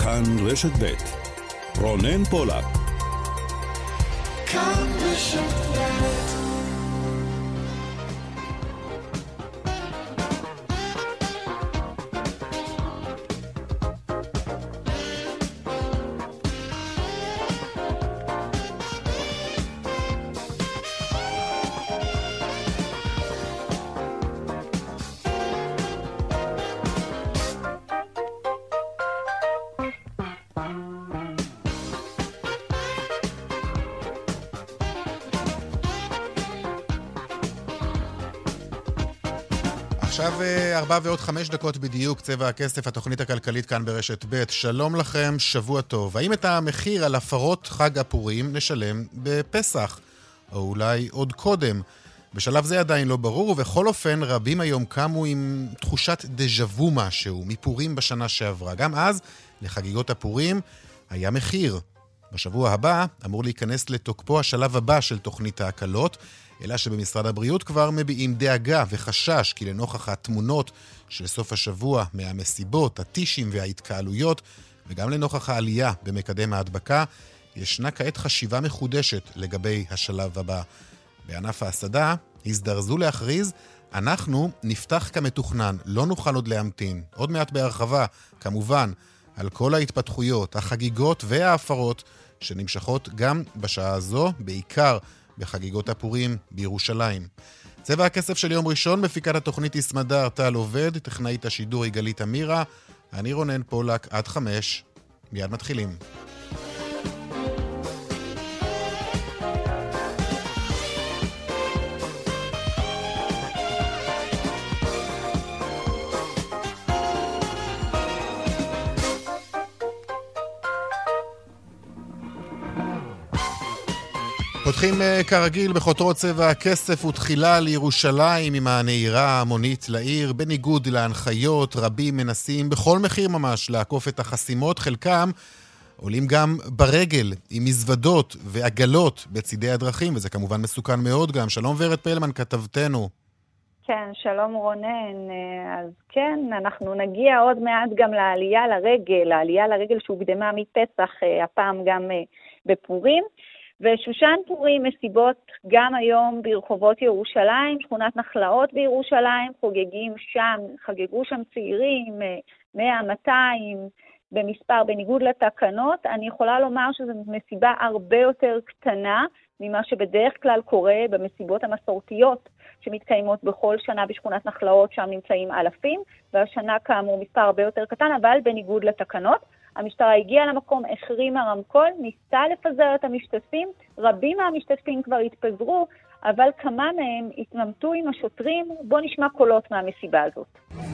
כאן רשת ב' רונן פולק. כאן רשת ב'. עכשיו 4:05 בדיוק, צבע הכסף, התוכנית הכלכלית כאן ברשת ב'. שלום לכם, שבוע טוב. האם את המחיר על הפרות חג הפורים נשלם בפסח? או אולי עוד קודם? בשלב זה עדיין לא ברור, ובכל אופן רבים היום קמו עם תחושת דז'ה-וו משהו, מפורים בשנה שעברה. גם אז, לחגיגות הפורים, היה מחיר. בשבוע הבא אמור להיכנס לתוקפו השלב הבא של תוכנית ההקלות, אלא שבמשרד הבריאות כבר מביעים דאגה וחשש כי לנוכח התמונות של סוף השבוע מהמסיבות, הטישים וההתקהלויות, וגם לנוכח העלייה במקדם ההדבקה, ישנה כעת חשיבה מחודשת לגבי השלב הבא. בענף ההסעדה הזדרזו להכריז, אנחנו נפתח כמתוכנן, לא נוכל עוד להמתין. עוד מעט בהרחבה, כמובן, על כל ההתפתחויות, החגיגות וההפרות שנמשכות גם בשעה הזו, בעיקר בחגיגות הפורים בירושלים. צבע הכסף של יום ראשון, מפיקת התוכנית יסמדר טל עובד, טכנאית השידור יגלית אמירה, אני רונן פולק, עד 5, מיד מתחילים. פותחים כרגיל בחותרות צבע הכסף ותחילה לירושלים עם הנהירה ההמונית לעיר. בניגוד להנחיות, רבים מנסים בכל מחיר ממש לעקוף את החסימות. חלקם עולים גם ברגל עם מזוודות ועגלות בצידי הדרכים, וזה כמובן מסוכן מאוד גם. שלום ורד פלמן, כתבתנו. כן, שלום רונן. אז כן, אנחנו נגיע עוד מעט גם לעלייה לרגל שהוקדמה מפסח, הפעם גם בפורים. ושושן פורים מסיבות גם היום ברחובות ירושלים, שכונת נחלאות בירושלים, חגגו שם צעירים, 100, 200 במספר, בניגוד לתקנות. אני יכולה לומר שזו מסיבה הרבה יותר קטנה ממה שבדרך כלל קורה במסיבות המסורתיות שמתקיימות בכל שנה בשכונת נחלאות, שם נמצאים אלפים, והשנה כאמור מספר הרבה יותר קטן, אבל בניגוד לתקנות. המשטרה הגיעה למקום, החרימה רמקול, ניסתה לפזר את המשתתפים, רבים מהמשתתפים כבר התפזרו, אבל כמה מהם התממתו עם השוטרים. בוא נשמע קולות מהמסיבה הזאת.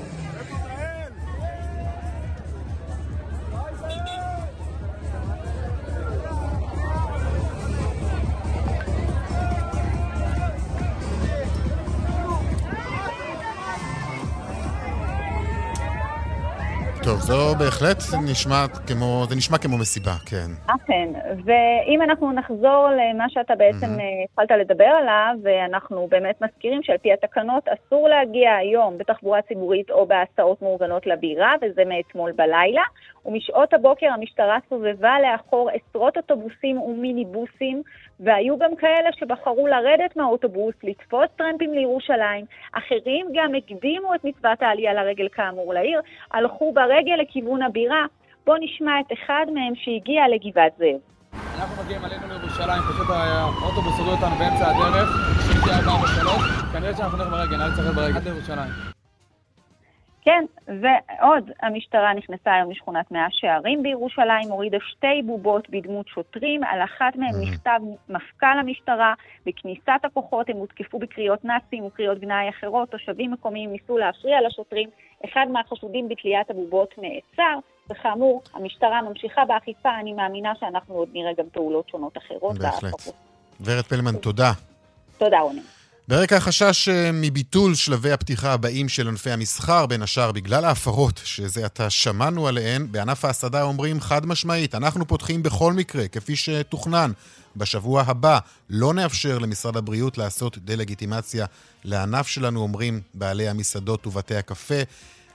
טוב, זו בהחלט נשמע כמו מסיבה, כן. כן, ואם אנחנו נחזור למה שאתה בעצם התחלת לדבר עליו, ואנחנו באמת מזכירים שעל פי התקנות אסור להגיע היום בתחבורה ציבורית או בהסעות מאורגנות לבירה, וזה מאתמול בלילה, ומשעות הבוקר המשטרה סובבה לאחור עשרות אוטובוסים ומיניבוסים, והיו גם כאלה שבחרו לרדת מהאוטובוס, לתפוס טרמפים לירושלים, אחרים גם הקדימו את מצוות העלייה לרגל כאמור לעיר, הלכו ברגל לכיוון הבירה. בוא נשמע את אחד מהם שהגיע לגבעת זאב. אנחנו מגיעים עלינו לירושלים, פשוט האוטובוס הוריד אותנו באמצע הדרך, שמתי 443, כנראה שאנחנו נלך ברגל, נלך לצחק ברגל עד לירושלים. כן, ועוד, המשטרה נכנסה היום לשכונת מאה שערים בירושלים, הורידה 2 בובות בדמות שוטרים, על אחת מהם נכתב מפכ"ל המשטרה, בכניסת הכוחות הם הותקפו בקריאות נאצים וקריאות גנאי אחרות, תושבים מקומיים ניסו להפריע לשוטרים, אחד מהחשודים בתליית הבובות נעצר, וכאמור, המשטרה ממשיכה באכיפה, אני מאמינה שאנחנו עוד נראה גם פעולות שונות אחרות. בהחלט. ורד פלמן, תודה. תודה, רוני. ברקע החשש מביטול שלבי הפתיחה הבאים של ענפי המסחר, בין השאר בגלל ההפרות שזה עתה שמענו עליהן, בענף ההסעדה אומרים חד משמעית, אנחנו פותחים בכל מקרה, כפי שתוכנן. בשבוע הבא לא נאפשר למשרד הבריאות לעשות דלגיטימציה לענף שלנו, אומרים בעלי המסעדות ובתי הקפה.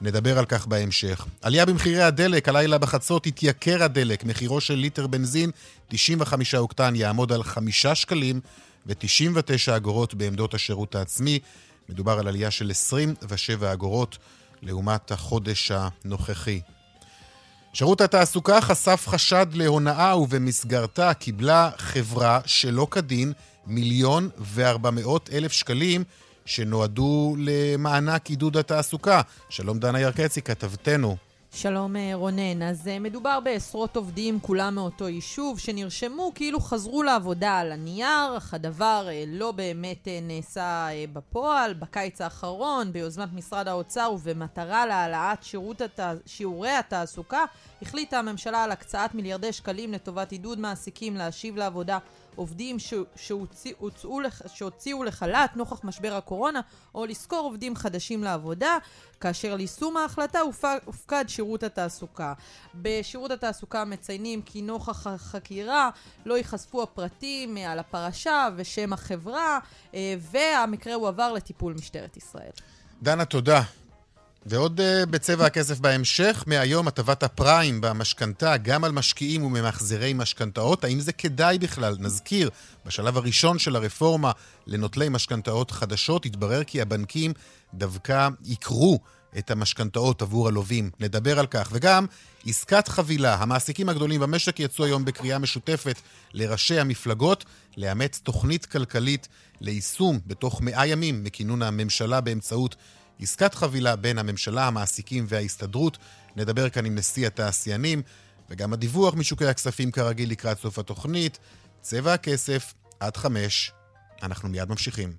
נדבר על כך בהמשך. עלייה במחירי הדלק, הלילה בחצות התייקר הדלק, מחירו של ליטר בנזין 95 אוקטן יעמוד על 5 שקלים ו-99 אגורות בעמדות השירות העצמי. מדובר על עלייה של 27 אגורות לעומת החודש הנוכחי. שירות התעסוקה חשף חשד להונאה ובמסגרתה קיבלה חברה שלא כדין 1,400,000 שקלים שנועדו למענק עידוד התעסוקה. שלום דנה ירקצי, כתבתנו. שלום רונן, אז מדובר בעשרות עובדים, כולם מאותו יישוב, שנרשמו כאילו חזרו לעבודה על הנייר, אך הדבר לא באמת נעשה בפועל. בקיץ האחרון, ביוזמת משרד האוצר ובמטרה להעלאת שיעורי התעסוקה, החליטה הממשלה על הקצאת מיליארדי שקלים לטובת עידוד מעסיקים להשיב לעבודה עובדים שהוציאו לחל"ת נוכח משבר הקורונה, או לשכור עובדים חדשים לעבודה, כאשר ליישום ההחלטה הופקד שירות התעסוקה. בשירות התעסוקה מציינים כי נוכח החקירה לא ייחשפו הפרטים על הפרשה ושם החברה, והמקרה הועבר לטיפול משטרת ישראל. דנה, תודה. ועוד בצבע הכסף בהמשך, מהיום הטבת הפריים במשכנתה, גם על משקיעים וממחזרי משכנתאות. האם זה כדאי בכלל? נזכיר, בשלב הראשון של הרפורמה לנוטלי משכנתאות חדשות, התברר כי הבנקים דווקא יקרו את המשכנתאות עבור הלווים. נדבר על כך. וגם עסקת חבילה. המעסיקים הגדולים במשק יצאו היום בקריאה משותפת לראשי המפלגות לאמץ תוכנית כלכלית ליישום בתוך 100 ימים מכינון הממשלה באמצעות עסקת חבילה בין הממשלה, המעסיקים וההסתדרות. נדבר כאן עם נשיא התעשיינים, וגם הדיווח משוקי הכספים כרגיל לקראת סוף התוכנית. צבע הכסף עד 5. אנחנו מיד ממשיכים.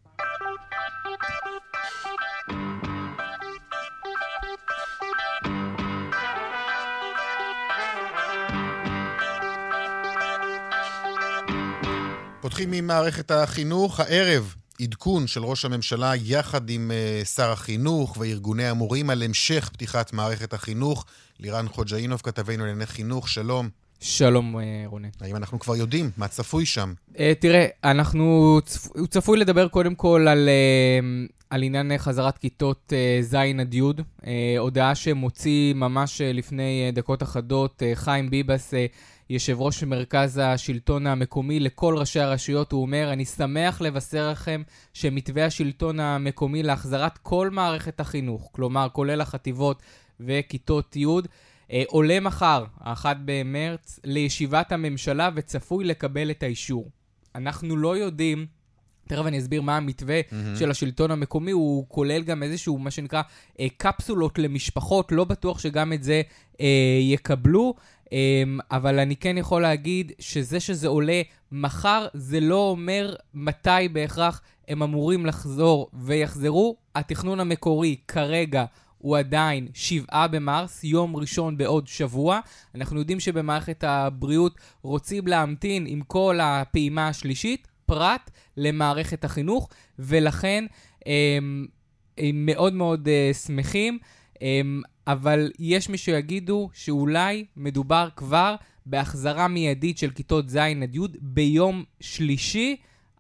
פותחים ממערכת החינוך. הערב עדכון של ראש הממשלה יחד עם שר החינוך וארגוני המורים על המשך פתיחת מערכת החינוך. לירן חוג'אינוב, כתבנו לענייני חינוך, שלום. שלום רונן. האם אנחנו כבר יודעים מה צפוי שם? תראה, הוא צפוי לדבר קודם כל על עניין חזרת כיתות ז' עד י', הודעה שמוציא ממש לפני דקות אחדות חיים ביבס, יושב ראש מרכז השלטון המקומי, לכל ראשי הרשויות. הוא אומר, אני שמח לבשר לכם שמתווה השלטון המקומי להחזרת כל מערכת החינוך, כלומר כולל החטיבות וכיתות י', עולה מחר, 1 במרץ, לישיבת הממשלה וצפוי לקבל את האישור. אנחנו לא יודעים, תכף אני אסביר מה המתווה של השלטון המקומי, הוא כולל גם איזשהו מה שנקרא קפסולות למשפחות, לא בטוח שגם את זה יקבלו, אבל אני כן יכול להגיד שזה עולה מחר, זה לא אומר מתי בהכרח הם אמורים לחזור ויחזרו. התכנון המקורי כרגע הוא עדיין 7 במרס, יום ראשון בעוד שבוע. אנחנו יודעים שבמערכת הבריאות רוצים להמתין עם כל הפעימה השלישית, פרט למערכת החינוך, ולכן הם מאוד מאוד שמחים, אבל יש מי שיגידו שאולי מדובר כבר בהחזרה מיידית של כיתות ז' עד י' ביום שלישי,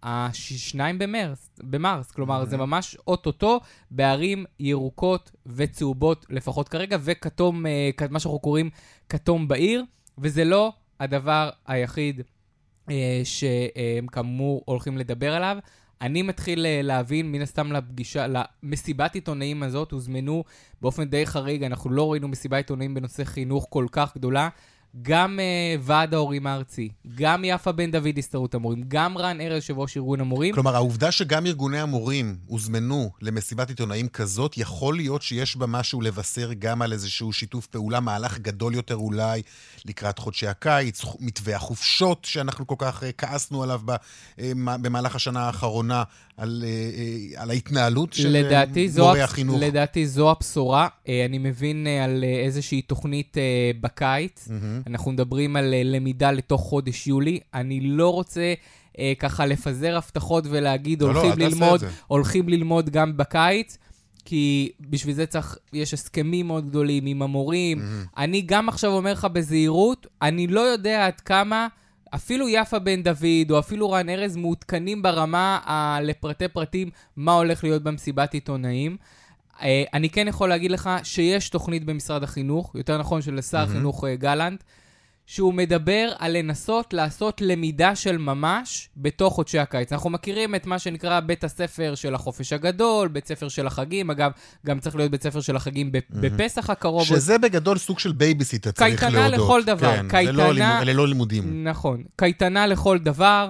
2 במרס, כלומר זה ממש אוטוטו בערים ירוקות וצהובות לפחות כרגע, וכתום, מה שאנחנו קוראים כתום בעיר, וזה לא הדבר היחיד שהם כאמור הולכים לדבר עליו. אני מתחיל להבין, מן הסתם למסיבת עיתונאים הזאת הוזמנו באופן די חריג, אנחנו לא ראינו מסיבת עיתונאים בנושא חינוך כל כך גדולה, גם ועד ההורים הארצי, גם יפה בן דוד הסתדרות המורים, גם רן ארז יושב ראש ארגון המורים. כלומר, העובדה שגם ארגוני המורים הוזמנו למסיבת עיתונאים כזאת, יכול להיות שיש בה משהו לבשר גם על איזשהו שיתוף פעולה, מהלך גדול יותר אולי לקראת חודשי הקיץ, מתווה החופשות שאנחנו כל כך כעסנו עליו במהלך השנה האחרונה, על ההתנהלות של מורי החינוך. לדעתי זו הבשורה. אני מבין על איזושהי תוכנית בקיץ. אנחנו מדברים על למידה לתוך חודש יולי. אני לא רוצה ככה לפזר הבטחות ולהגיד הולכים ללמוד גם בקיץ, כי בשביל זה יש הסכמים מאוד גדולים עם המורים. אני גם עכשיו אומר לך בזהירות, אני לא יודע עד כמה אפילו יפה בן דוד או אפילו רן ארז מעודכנים ברמה לפרטי פרטים מה הולך להיות במסיבת עיתונאים. אני כן יכול להגיד לך שיש תוכנית במשרד החינוך, יותר נכון של שר החינוך גלנט, שהוא מדבר על לנסות לעשות למידה של ממש בתוך חודשי הקיץ. אנחנו מכירים את מה שנקרא בית הספר של החופש הגדול, בית ספר של החגים, אגב, גם צריך להיות בית ספר של החגים בפסח הקרוב. שזה בגדול סוג של בייביסיטר, צריך להודות. קייטנה לכל דבר. אלה לא לימודים. נכון, קייטנה לכל דבר.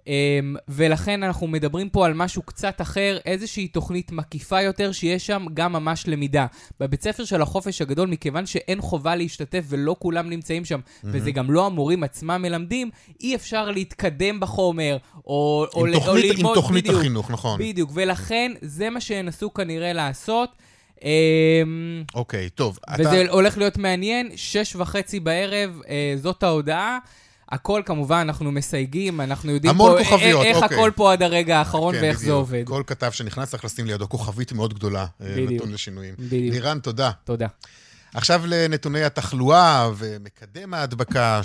ולכן אנחנו מדברים פה על משהו קצת אחר, איזושהי תוכנית מקיפה יותר שיש שם גם ממש למידה. בבית ספר של החופש הגדול, מכיוון שאין חובה להשתתף ולא כולם נמצאים שם, וזה גם לא המורים עצמם מלמדים, אי אפשר להתקדם בחומר, או ללמוד. עם תוכנית החינוך, נכון. בדיוק, ולכן זה מה שינסו כנראה לעשות. אוקיי, טוב. וזה הולך להיות מעניין, 6:30 בערב, זאת ההודעה. הכל כמובן, אנחנו מסייגים, אנחנו יודעים פה איך הכל פה עד הרגע האחרון ואיך זה עובד. כל כתב שנכנס צריך לשים לידו כוכבית מאוד גדולה, נתון לשינויים. לירן, תודה. תודה. עכשיו לנתוני התחלואה ומקדם ההדבקה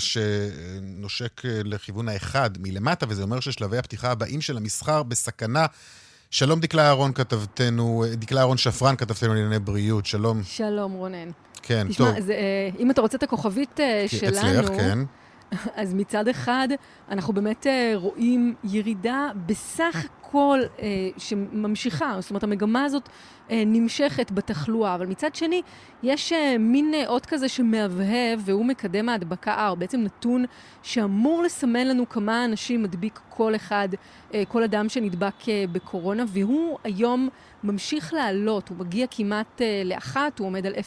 שנושק לכיוון האחד מלמטה, וזה אומר ששלבי הפתיחה הבאים של המסחר בסכנה. שלום דקלה אהרון כתבתנו, דקלה אהרון שפרן כתבתנו לענייני בריאות, שלום. שלום רונן. כן, טוב. תשמע, אם אתה רוצה את הכוכבית שלנו, אצלך, כן. אז מצד אחד אנחנו באמת רואים ירידה בסך הכל שממשיכה, זאת אומרת המגמה הזאת נמשכת בתחלואה, אבל מצד שני יש מין אות כזה שמהבהב והוא מקדם ההדבקה R, בעצם נתון שאמור לסמן לנו כמה אנשים מדביק כל אחד, כל אדם שנדבק בקורונה, והוא היום ממשיך לעלות, הוא מגיע כמעט לאחת, הוא עומד על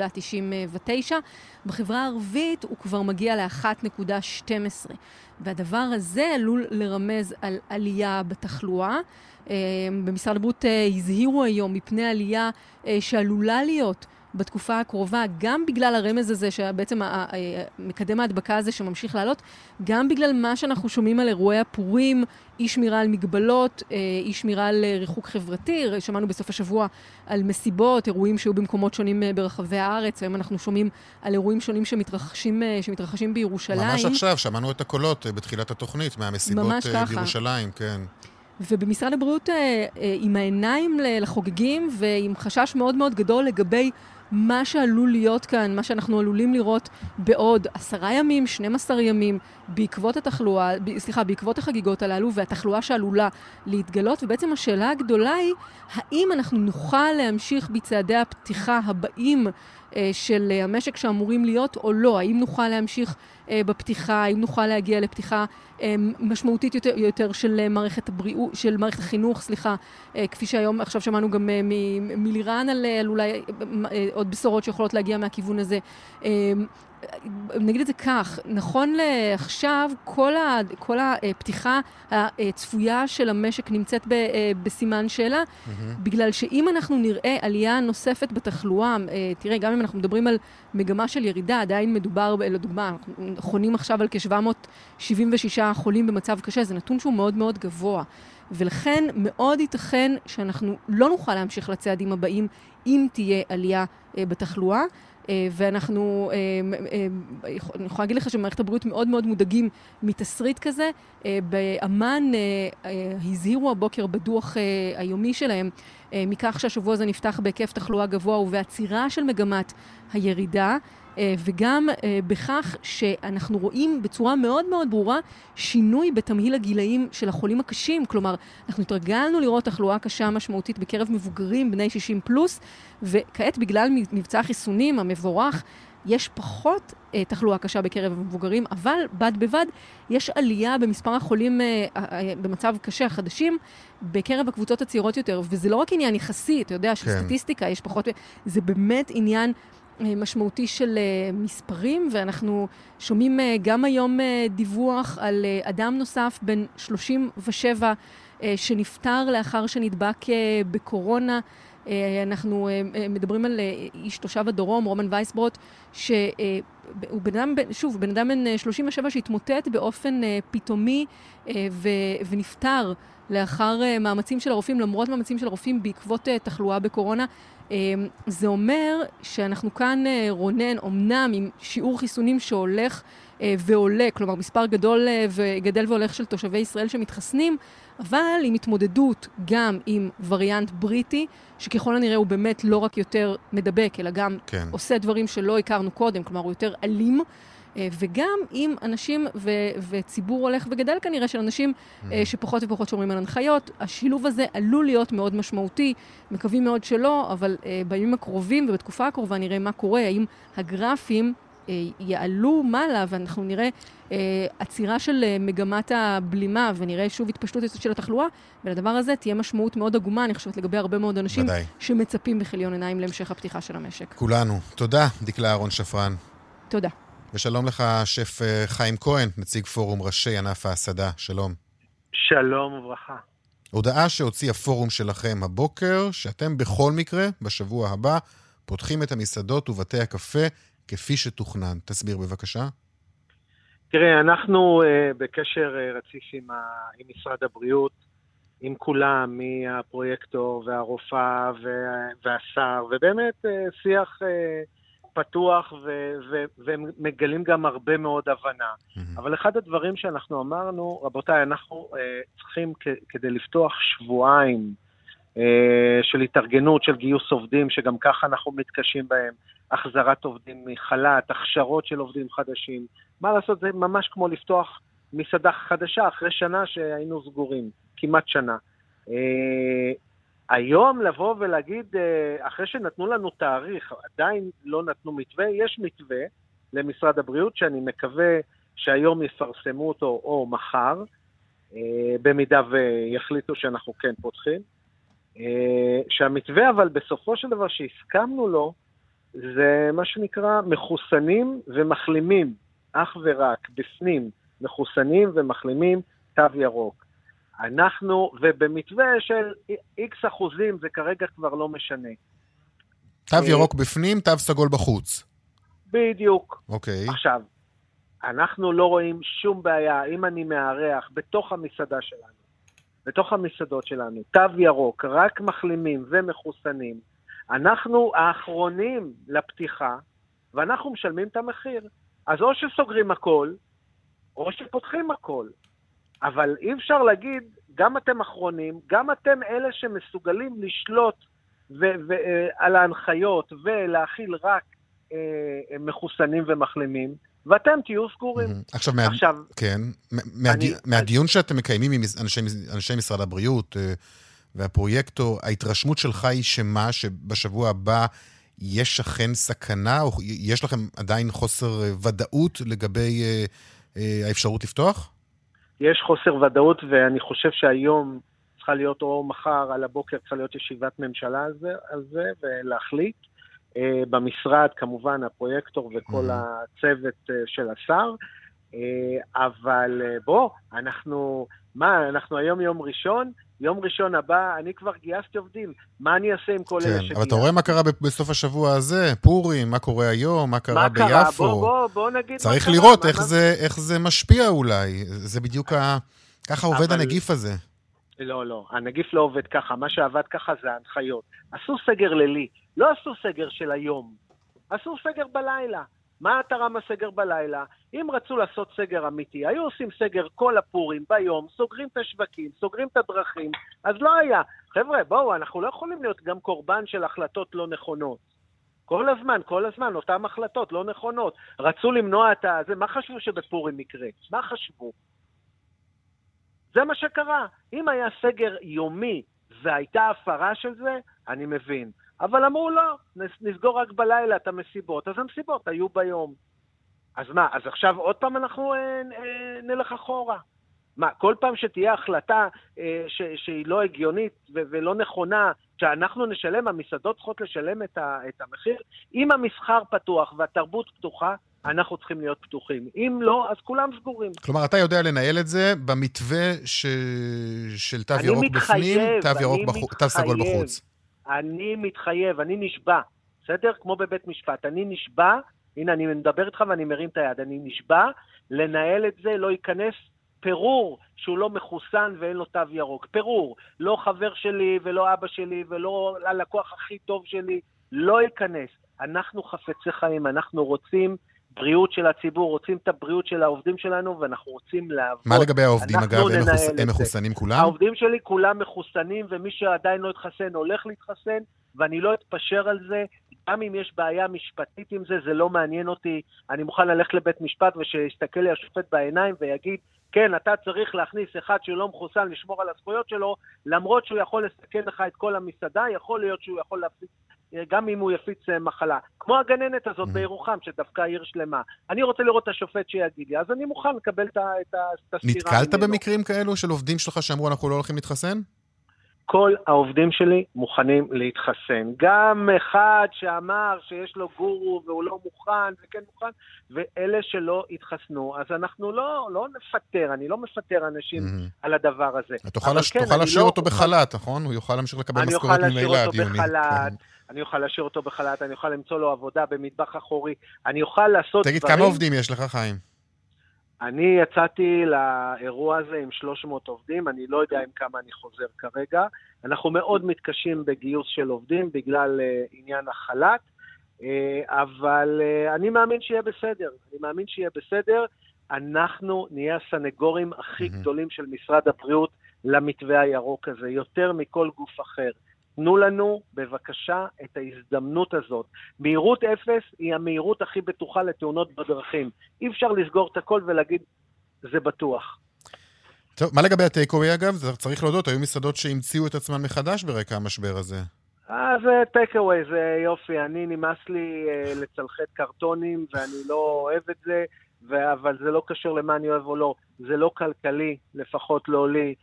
0.99, בחברה הערבית הוא כבר מגיע ל-1.12, והדבר הזה עלול לרמז על עלייה בתחלואה. במשרד הבריאות הזהירו היום מפני עלייה שעלולה להיות בתקופה הקרובה, גם בגלל הרמז הזה, שבעצם מקדם ההדבקה הזה שממשיך לעלות, גם בגלל מה שאנחנו שומעים על אירועי הפורים, אי שמירה על מגבלות, אי שמירה על ריחוק חברתי, שמענו בסוף השבוע על מסיבות, אירועים שהיו במקומות שונים ברחבי הארץ, היום אנחנו שומעים על אירועים שונים שמתרחשים בירושלים. ממש עכשיו, שמענו את הקולות בתחילת התוכנית, מהמסיבות בירושלים, כן. ובמשרד הבריאות עם העיניים לחוגגים ועם חשש מאוד מאוד גדול לגבי מה שעלול להיות כאן, מה שאנחנו עלולים לראות בעוד 10 ימים, 12 ימים, בעקבות בעקבות החגיגות הללו והתחלואה שעלולה להתגלות, ובעצם השאלה הגדולה היא, האם אנחנו נוכל להמשיך בצעדי הפתיחה הבאים של המשק שאמורים להיות או לא, האם נוכל להמשיך בפתיחה, האם נוכל להגיע לפתיחה משמעותית יותר של מערכת הבריאות, של מערכת החינוך, כפי שהיום עכשיו שמענו גם מלירן על אולי עוד בשורות שיכולות להגיע מהכיוון הזה. נגיד את זה כך, נכון לעכשיו, כל הפתיחה הצפויה של המשק נמצאת בסימן שאלה, בגלל שאם אנחנו נראה עלייה נוספת בתחלואה, תראה, גם אם אנחנו מדברים על מגמה של ירידה, עדיין מדובר, לדוגמה, אנחנו חונים עכשיו על כ-776 חולים במצב קשה, זה נתון שהוא מאוד מאוד גבוה, ולכן מאוד ייתכן שאנחנו לא נוכל להמשיך לצעדים הבאים, אם תהיה עלייה בתחלואה, ואנחנו, אני יכולה להגיד לך שמערכת הבריאות מאוד מאוד מודאגים מתסריט כזה. באמן הזהירו הבוקר בדוח היומי שלהם מכך שהשבוע הזה נפתח בהיקף תחלואה גבוה ובעצירה של מגמת הירידה, וגם בכך שאנחנו רואים בצורה מאוד מאוד ברורה שינוי בתמהיל הגילאים של החולים הקשים. כלומר, אנחנו התרגלנו לראות תחלואה קשה משמעותית בקרב מבוגרים בני 60 פלוס, וכעת בגלל מבצע החיסונים המבורך, יש פחות תחלואה קשה בקרב המבוגרים, אבל בד בבד יש עלייה במספר החולים במצב קשה החדשים בקרב הקבוצות הצעירות יותר, וזה לא רק עניין יחסי, אתה יודע, של סטטיסטיקה, יש פחות, זה באמת עניין משמעותי של מספרים, ואנחנו שומעים גם היום דיווח על אדם נוסף בן 37 שנפטר לאחר שנדבק בקורונה. אנחנו מדברים על איש תושב הדרום, רומן וייסברוט, שהוא בן אדם בן 37 שהתמוטט באופן פתאומי ונפטר לאחר מאמצים של הרופאים, למרות מאמצים של הרופאים בעקבות תחלואה בקורונה. זה אומר שאנחנו כאן, רונן, אומנם עם שיעור חיסונים שהולך ועולה, כלומר מספר גדל והולך של תושבי ישראל שמתחסנים, אבל עם התמודדות גם עם וריאנט בריטי, שככל הנראה הוא באמת לא רק יותר מדבק, אלא גם עושה דברים שלא הכרנו קודם, כלומר הוא יותר אלים, וגם עם אנשים וציבור הולך וגדל כנראה של אנשים שפחות ופחות שומרים על הנחיות. השילוב הזה עלול להיות מאוד משמעותי, מקווים מאוד שלא, אבל בימים הקרובים ובתקופה הקרובה נראה מה קורה, האם הגרפים יעלו מעלה, ואנחנו נראה עצירה של מגמת הבלימה, ונראה שוב התפשטות של התחלואה, ולדבר הזה תהיה משמעות מאוד עגומה, אני חושבת, לגבי הרבה מאוד אנשים שמצפים בכליון עיניים להמשך הפתיחה של המשק. כולנו. תודה, דקלה אהרון שפרן. תודה. ושלום לך, שף חיים כהן, נציג פורום ראשי ענף ההסעדה. שלום. שלום וברכה. הודעה שהוציא הפורום שלכם הבוקר, שאתם בכל מקרה, בשבוע הבא, פותחים את המסעדות ובתי הקפה כפי שתוכנן. תסביר בבקשה. תראה, אנחנו בקשר רציף עם משרד הבריאות, עם כולם, מהפרויקטור והרופאה והשר, ובאמת שיח פתוח ומגלים גם הרבה מאוד הבנה. אבל אחד הדברים שאנחנו אמרנו, רבותיי, אנחנו צריכים כדי לפתוח שבועיים של התארגנות, של גיוס עובדים, שגם ככה אנחנו מתקשים בהם, החזרת עובדים מחל"ת, הכשרות של עובדים חדשים. מה לעשות? זה ממש כמו לפתוח מסעדה חדשה אחרי שנה שהיינו סגורים, כמעט שנה. היום לבוא ולהגיד, אחרי שנתנו לנו תאריך, עדיין לא נתנו מתווה, יש מתווה למשרד הבריאות שאני מקווה שהיום יפרסמו אותו או מחר, במידה ויחליטו שאנחנו כן פותחים. שהמתווה אבל בסופו של דבר שהסכמנו לו, זה מה שנקרא מחוסנים ומחלימים, אך ורק בפנים, מחוסנים ומחלימים, תו ירוק. אנחנו, ובמתווה של X אחוזים, זה כרגע כבר לא משנה. תו ירוק בפנים, תו סגול בחוץ. בדיוק. אוקיי. עכשיו, אנחנו לא רואים שום בעיה, אם אני מארח בתוך המסעדה שלנו, בתוך המסעדות שלנו, תו ירוק, רק מחלימים ומחוסנים, אנחנו האחרונים לפתיחה, ואנחנו משלמים את המחיר. אז או שסוגרים הכל, או שפותחים הכל. אבל אי אפשר להגיד, גם אתם אחרונים, גם אתם אלה שמסוגלים לשלוט על ההנחיות ולהכיל רק מחוסנים ומחלימים, ואתם תהיו סגורים. עכשיו, כן, מהדיון שאתם מקיימים עם אנשי משרד הבריאות והפרויקטור, ההתרשמות שלך היא שמה שבשבוע הבא יש אכן סכנה, או יש לכם עדיין חוסר ודאות לגבי האפשרות לפתוח? יש חוסר ודאות, ואני חושב שהיום צריכה להיות, או מחר על הבוקר צריכה להיות ישיבת ממשלה על זה, ולהחליט. במשרד, כמובן, הפרויקטור וכל הצוות של השר, אבל אנחנו היום יום ראשון, יום ראשון הבא, אני כבר גייסתי עובדים, מה אני אעשה עם כל אלה שגייסתי? אבל אתה רואה מה קרה בסוף השבוע הזה, פורים, מה קורה היום, מה קרה ביפו? בוא נגיד צריך לראות איך זה משפיע אולי, זה בדיוק ככה עובד הנגיף הזה. לא, הנגיף לא עובד ככה, מה שעבד ככה זה ההנחיות. עשו סגר לילי, לא עשו סגר של היום, עשו סגר בלילה. מה תרם הסגר בלילה? אם רצו לעשות סגר אמיתי, היו עושים סגר כל הפורים ביום, סוגרים את השווקים, סוגרים את הדרכים, אז לא היה. חבר'ה, בואו, אנחנו לא יכולים להיות גם קורבן של החלטות לא נכונות. כל הזמן, אותן החלטות לא נכונות. רצו למנוע את זה, מה חשבו שבפורים יקרה? מה חשבו? זה מה שקרה. אם היה סגר יומי והייתה הפרה של זה, אני מבין. אבל אמרו לא, נסגור רק בלילה את המסיבות, אז המסיבות היו ביום. אז מה, אז עכשיו עוד פעם אנחנו נלך אחורה? מה, כל פעם שתהיה החלטה שהיא לא הגיונית ולא נכונה, שאנחנו נשלם, המסעדות צריכות לשלם את המחיר, אם המסחר פתוח והתרבות פתוחה, אנחנו צריכים להיות פתוחים. אם לא, אז כולם סגורים. כלומר, אתה יודע לנהל את זה במתווה של תו ירוק בפנים, תו סגול בחוץ. אני מתחייב, אני נשבע, בסדר? כמו בבית משפט, אני נשבע, הנה אני מדבר איתך ואני מרים את היד, אני נשבע לנהל את זה, לא ייכנס פירור שהוא לא מחוסן ואין לו תו ירוק, פירור, לא חבר שלי ולא אבא שלי ולא הלקוח הכי טוב שלי, לא ייכנס. אנחנו חפצי חיים, אנחנו רוצים בריאות של הציבור, רוצים את הבריאות של העובדים שלנו, ואנחנו רוצים לעבוד. מה לגבי העובדים, אגב? הם מחוסנים כולם? העובדים שלי כולם מחוסנים, ומי שעדיין לא התחסן הולך להתחסן, ואני לא אתפשר על זה. גם אם יש בעיה משפטית עם זה, זה לא מעניין אותי. אני מוכן ללכת לבית משפט, ושיסתכל לי השופט בעיניים ויגיד, כן, אתה צריך להכניס אחד שלא מחוסן לשמור על הזכויות שלו, למרות שהוא יכול לסכן לך את כל המסעדה, יכול להיות שהוא יכול להפיץ, גם אם הוא יפיץ מחלה. כמו הגננת הזאת בירוחם, שדווקא עיר שלמה. אני רוצה לראות את השופט שיגיד לי, אז אני מוכן לקבל את הסתירה. נתקלת במקרים כאלו של עובדים שלך שאמרו, אנחנו לא הולכים להתחסן? כל העובדים שלי מוכנים להתחסן. גם אחד שאמר שיש לו גורו והוא לא מוכן וכן מוכן, ואלה שלא התחסנו. אז אנחנו לא נפטר, אני לא מפטר אנשים על הדבר הזה. תוכל להשאיר אותו בחל"ת, נכון? הוא יוכל להמשיך לקבל משכורת ממילא עד יוני. אני אוכל להשאיר אותו בחל"ת, אני אוכל למצוא לו עבודה במטבח אחורי, אני אוכל לעשות דברים... תגיד, כמה עובדים יש לך, חיים? אני יצאתי לאירוע הזה עם 300 עובדים, אני לא יודע עם כמה אני חוזר כרגע. אנחנו מאוד מתקשים בגיוס של עובדים בגלל עניין החל"ת, אבל אני מאמין שיהיה בסדר. אנחנו נהיה הסנגורים הכי גדולים של משרד הבריאות למתווה הירוק הזה, יותר מכל גוף אחר. תנו לנו בבקשה את ההזדמנות הזאת. מהירות 0 היא המהירות הכי בטוחה לתאונות בדרכים. אי אפשר לסגור את הכל ולהגיד, זה בטוח. טוב, מה לגבי הטייק-אווי אגב? צריך להודות, היו מסעדות שהמציאו את עצמן מחדש ברקע המשבר הזה. זה טייק-אווי, זה יופי. אני נמאס לי לצלחת קרטונים, ואני לא אוהב את זה, אבל זה לא קשור למה אני אוהב או לא. זה לא כלכלי, לפחות לא לי.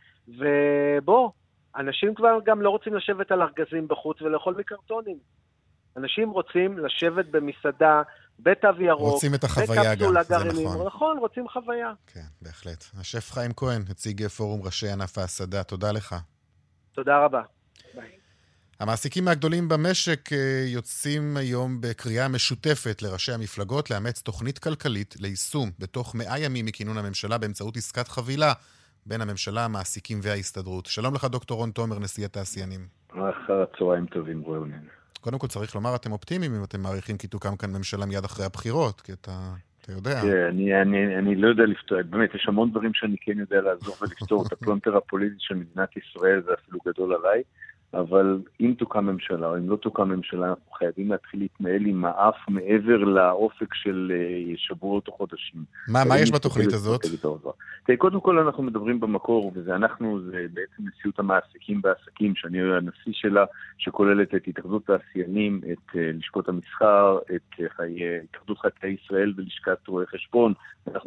ובוא, אנשים כבר גם לא רוצים לשבת על ארגזים בחוץ ולאכול מקרטונים. אנשים רוצים לשבת במסעדה, בתו ירוק, רוצים את החוויה גם, זה נכון. נכון, רוצים חוויה. כן, בהחלט. השף חיים כהן, נציג פורום ראשי ענף ההסעדה, תודה לך. תודה רבה. ביי. המעסיקים הגדולים במשק יוצאים היום בקריאה משותפת לראשי המפלגות לאמץ תוכנית כלכלית ליישום בתוך 100 ימים מכינון הממשלה באמצעות עסקת חבילה בין הממשלה, המעסיקים וההסתדרות. שלום לך דוקטור רון תומר, נשיא התעשיינים. אחר הצהריים טובים, רונן. קודם כל צריך לומר, אתם אופטימיים אם אתם מעריכים כי תוקם כאן ממשלה מיד אחרי הבחירות, כי אתה יודע. כן, אני לא יודע לפתור, באמת, יש המון דברים שאני כן יודע לעזור ולפתור. את הפלונטר הפוליטי של מדינת ישראל זה אפילו גדול עליי, אבל אם תוקם ממשלה או אם לא תוקם ממשלה, אנחנו חייבים להתחיל להתנהל עם האף מעבר לאופק של שבועות או חודשים. מה יש בתוכנית הזאת? קודם כל אנחנו מדברים במקור, וזה בעצם נשיאות המעסיקים בעסקים, שאני הנשיא שלה, שכוללת את התאחדות התעשיינים, את לשכות המסחר, את התאחדות חקלאי ישראל ולשכת רואי חשבון. אנחנו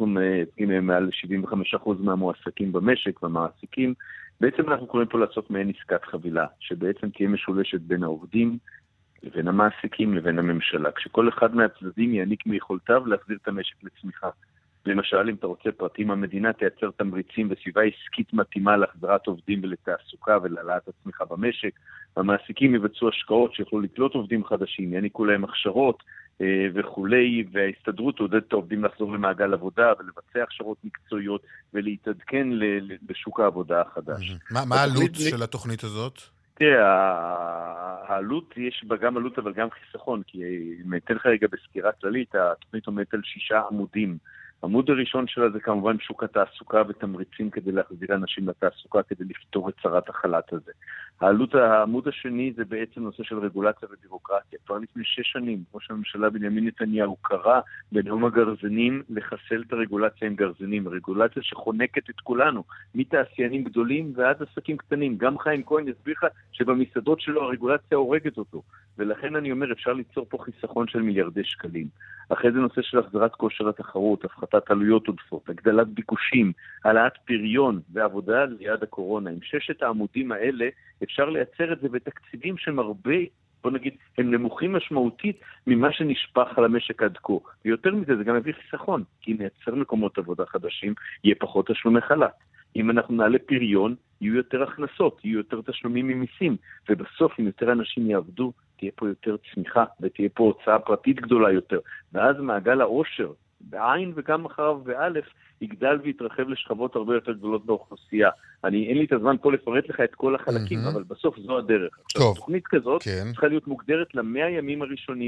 מעל 75% מהמועסקים במשק והמעסיקים. בעצם אנחנו קוראים פה לעשות מעין עסקת חבילה, שבעצם תהיה משולשת בין העובדים, לבין המעסיקים, לבין הממשלה, כשכל אחד מהצדדים יעניק מיכולתיו להחזיר את המשק לצמיחה. למשל, אם אתה רוצה פרטים, המדינה תייצר תמריצים וסביבה עסקית מתאימה להחזרת עובדים ולתעסוקה ולהעלאת הצמיחה במשק. המעסיקים יבצעו השקעות שיוכלו לקלוט עובדים חדשים, יעניקו להם הכשרות וכולי, וההסתדרות תעודד את העובדים לחזור למעגל עבודה ולבצע הכשרות מקצועיות ולהתעדכן בשוק העבודה החדש. מה העלות של התוכנית הזאת? תראה, העלות, יש בה גם עלות אבל גם חיסכון, כי אם אתן לך רגע בסקירה כללית, התוכנית עומדת על 6 עמודים. העמוד הראשון שלה זה כמובן שוק התעסוקה ותמריצים כדי להחזיר אנשים לתעסוקה כדי לפתור את צרת החל"ת הזה. העמוד השני זה בעצם נושא של רגולציה ובירוקרטיה. כבר לפני 6 שנים, ראש הממשלה בנימין נתניהו קרא בנאום הגרזנים לחסל את הרגולציה עם גרזנים, רגולציה שחונקת את כולנו, מתעשיינים גדולים ועד עסקים קטנים. גם חיים כהן יסביר לך שבמסעדות שלו הרגולציה הורגת אותו, ולכן אני אומר אפשר ליצור פה חיסכון של מיליארדי שקלים. אחרי זה נושא של החזרת כושר התחרות, הפחתת עלויות עודפות, הגדלת ביקושים, העלאת פריון ועבודה ליד הקורונה. עם 6 העמודים האלה אפשר לייצר את זה בתקציבים שהם הרבה, בוא נגיד, הם נמוכים משמעותית ממה שנשפך על המשק עד כה. ויותר מזה זה גם מביא חיסכון, כי נייצר מקומות עבודה חדשים, יהיה פחות תשלומי חל"ת. אם אנחנו נעלה פריון, יהיו יותר הכנסות, יהיו יותר תשלומים ממיסים, ובסוף אם יותר אנשים יעבדו, תהיה פה יותר צמיחה, ותהיה פה הוצאה פרטית גדולה יותר. ואז מעגל העושר, בעין וגם אחריו באלף, יגדל ויתרחב לשכבות הרבה יותר גדולות באוכלוסייה. אין לי את הזמן פה לפרט לך את כל החלקים, אבל בסוף זו הדרך. עכשיו, תוכנית כזאת צריכה להיות מוגדרת ל100 ימים הראשונים,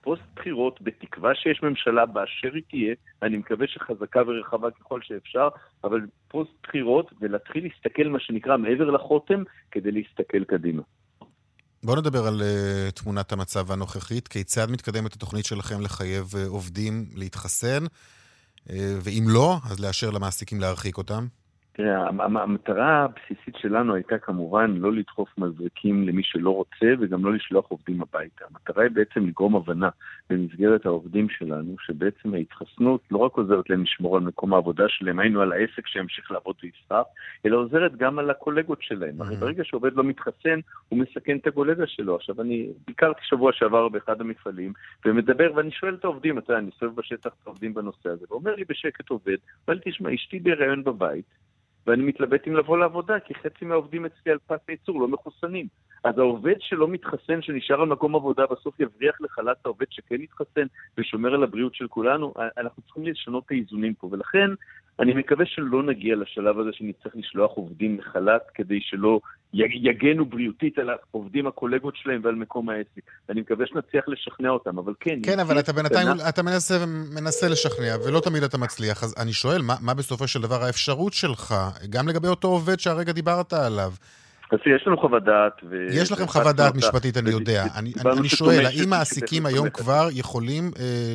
פוסט בחירות, בתקווה שיש ממשלה באשר היא תהיה, אני מקווה שחזקה ורחבה ככל שאפשר, אבל פוסט בחירות ולהתחיל להסתכל מה שנקרא מעבר לחותם, כדי להסתכל קדימה. בואו נדבר על תמונת המצב הנוכחית. כיצד מתקדמת התוכנית שלכם לחייב עובדים להתחסן? ואם לא, אז לאשר למעסיקים להרחיק אותם? תראה, המטרה הבסיסית שלנו הייתה כמובן לא לדחוף מזרקים למי שלא רוצה וגם לא לשלוח עובדים הביתה. המטרה היא בעצם לגרום הבנה במסגרת העובדים שלנו, שבעצם ההתחסנות לא רק עוזרת להם לשמור על מקום העבודה שלהם, היינו על העסק שימשיך לעבוד וישרף, אלא עוזרת גם על הקולגות שלהם. הרי ברגע שעובד לא מתחסן, הוא מסכן את הקולגה שלו. עכשיו, אני ביקרתי שבוע שעבר באחד המפעלים, ומדבר, ואני שואל את העובדים, אני סובב בשטח את העובדים בנושא הזה, ואומר לי בשקט עובד, אבל תשמע, אשתי בהיריון בבית, ואני מתלבט אם לבוא לעבודה, כי חצי מהעובדים אצלי על פס הייצור לא מחוסנים. אז העובד שלא מתחסן, שנשאר על מקום עבודה, בסוף יבריח לחל"ת העובד שכן מתחסן, ושומר על הבריאות של כולנו. אנחנו צריכים לשנות את האיזונים פה, ולכן אני מקווה שלא נגיע לשלב הזה שנצטרך לשלוח עובדים לחל"ת, כדי שלא יגנו בריאותית על העובדים הקולגות שלהם ועל מקום העסק. אני מקווה שנצליח לשכנע אותם, אבל כן. כן, אבל אתה בינתיים, אתה מנסה לשכנע, ולא תמיד אתה מצליח. אז אני שואל, מה בסופו של דבר האפשרות שלך, גם לגבי אותו עובד שהרגע דיברת עליו? אז יש לנו חוות דעת. יש לכם חוות דעת משפטית, אני יודע. אני שואל, האם מעסיקים היום כבר יכולים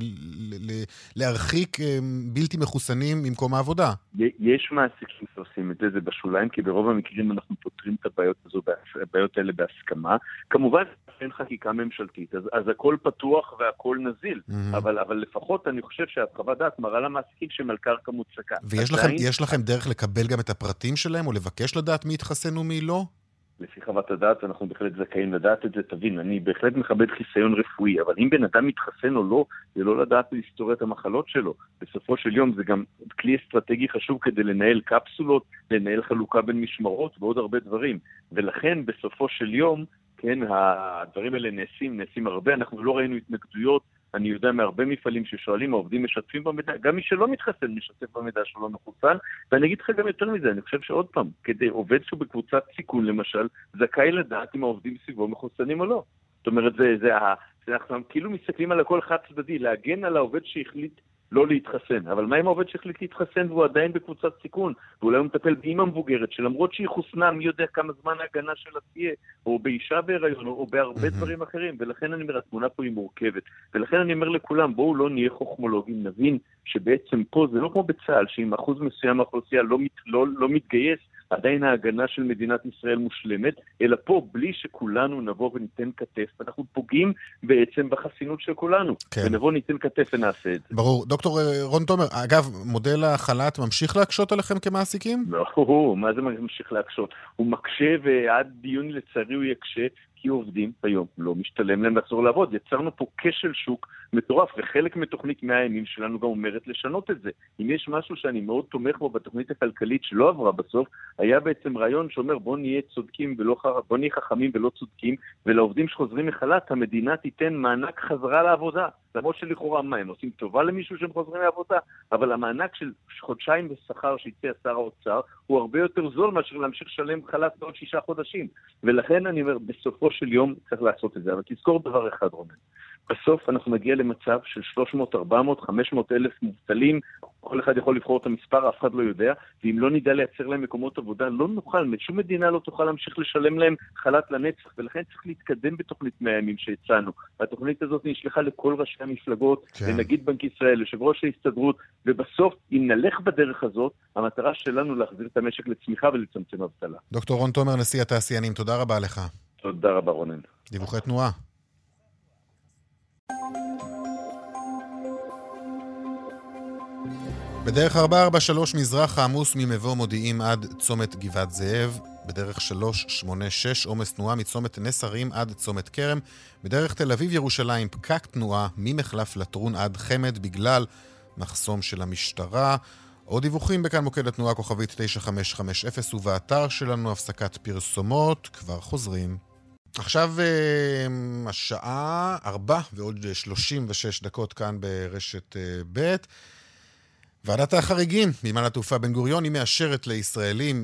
להרחיק בלתי מחוסנים ממקום העבודה? יש מעסיקים שעושים את זה, זה בשוליים, כי ברוב המקרים אנחנו פותרים את הבעיות האלה בהסכמה. כמובן, אין חקיקה ממשלתית, אז הכל פתוח והכל נזיל. אבל לפחות אני חושב שהחוות דעת מראה למעסיקים שהם על קרקע מוצקה. ויש לכם דרך לקבל גם את הפרטים שלהם, או לבקש לדעת מי יתחסן ומי לא? לפי חוות הדעת, אנחנו בהחלט זכאים לדעת את זה, תבין, אני בהחלט מכבד חיסיון רפואי, אבל אם בן אדם מתחסן או לא, זה לא לדעת להסתור את המחלות שלו. בסופו של יום זה גם כלי אסטרטגי חשוב כדי לנהל קפסולות, לנהל חלוקה בין משמרות ועוד הרבה דברים. ולכן בסופו של יום, כן, הדברים האלה נעשים הרבה, אנחנו לא ראינו התנגדויות, אני יודע מהרבה מפעלים ששואלים, העובדים משתפים במידע, גם מי שלא מתחסן משתף במידע שלא מחוסן, ואני אגיד לך גם יותר מזה, אני חושב שעוד פעם, כדי עובד שהוא בקבוצת סיכון למשל, זכאי לדעת אם העובדים סביבו מחוסנים או לא. זאת אומרת, אנחנו כאילו מסתכלים על הכל חד צדדי, להגן על העובד שהחליט לא להתחסן. אבל מה אם העובד שהחליט להתחסן והוא עדיין בקבוצת סיכון? ואולי הוא מטפל באמא מבוגרת, שלמרות שהיא חוסנה, מי יודע כמה זמן ההגנה שלה תהיה, או באישה בהיריון, או בהרבה דברים אחרים. ולכן אני אומר, התמונה פה היא מורכבת. ולכן אני אומר לכולם, בואו לא נהיה חוכמולוגים, נבין שבעצם פה זה לא כמו בצה"ל, שאם אחוז מסוים האוכלוסייה לא מתגייס, עדיין ההגנה של מדינת ישראל מושלמת, אלא פה בלי שכולנו נבוא וניתן כתף, אנחנו פוגעים בעצם בחסינות של כולנו, כן. ונבוא ניתן כתף ונעשה את זה. ברור. דוקטור רון תומר, אגב, מודל החל"ת ממשיך להקשות עליכם כמעסיקים? לא, מה זה ממשיך להקשות? הוא מקשה ועד דיון לצערי הוא יקשה, כי עובדים היום לא משתלם להם לחזור לעבוד. יצרנו פה כשל שוק מטורף, וחלק מתוכנית 100 הימים שלנו גם אומרת לשנות את זה. אם יש משהו שאני מאוד תומך בו בתוכנית הכלכלית שלא עברה בסוף, היה בעצם רעיון שאומר בוא נהיה צודקים בוא נהיה חכמים ולא צודקים, ולעובדים שחוזרים מחל"ת, המדינה תיתן מענק חזרה לעבודה. למרות שלכאורה מה, הם עושים טובה למישהו שהם חוזרים לעבודה, אבל המענק של חודשיים בשכר שהציע שר האוצר, הוא הרבה יותר זול מאשר להמשיך לשלם חל"ת בעוד 6 חודשים. ולכן אני אומר, בסופו של יום צריך לעשות את זה. אבל תזכור דבר אחד, רונן. בסוף אנחנו נגיע למצב של 300, 400, 500 אלף מובטלים, כל אחד יכול לבחור את המספר, אף אחד לא יודע, ואם לא נדע לייצר להם מקומות עבודה, לא נוכל, שום מדינה לא תוכל להמשיך לשלם להם חל"ת לנצח, ולכן צריך להתקדם בתוכנית 100 הימים שהצענו. והתוכנית הזאת נשלחה לכל ראשי המפלגות, לנגיד בנק ישראל, יושב ראש ההסתדרות, ובסוף, אם נלך בדרך הזאת, המטרה שלנו להחזיר את המשק לצמיחה ולצמצם אבטלה. דוקטור רון תומר, נשיא התעשיינים, תודה רבה לך. תודה רבה, רונן. דיווחי תנועה. בדרך 443 מזרח העמוס ממבוא מודיעים עד צומת גבעת זאב, בדרך 386 עומס תנועה מצומת נס הרים עד צומת כרם, בדרך תל אביב ירושלים פקק תנועה ממחלף לטרון עד חמד בגלל מחסום של המשטרה. עוד דיווחים בכאן מוקד התנועה כוכבית 9550 ובאתר שלנו הפסקת פרסומות, כבר חוזרים. עכשיו השעה 4:36 כאן ברשת ב'. ועדת החריגים בנמל התעופה בן גוריון היא מאשרת לישראלים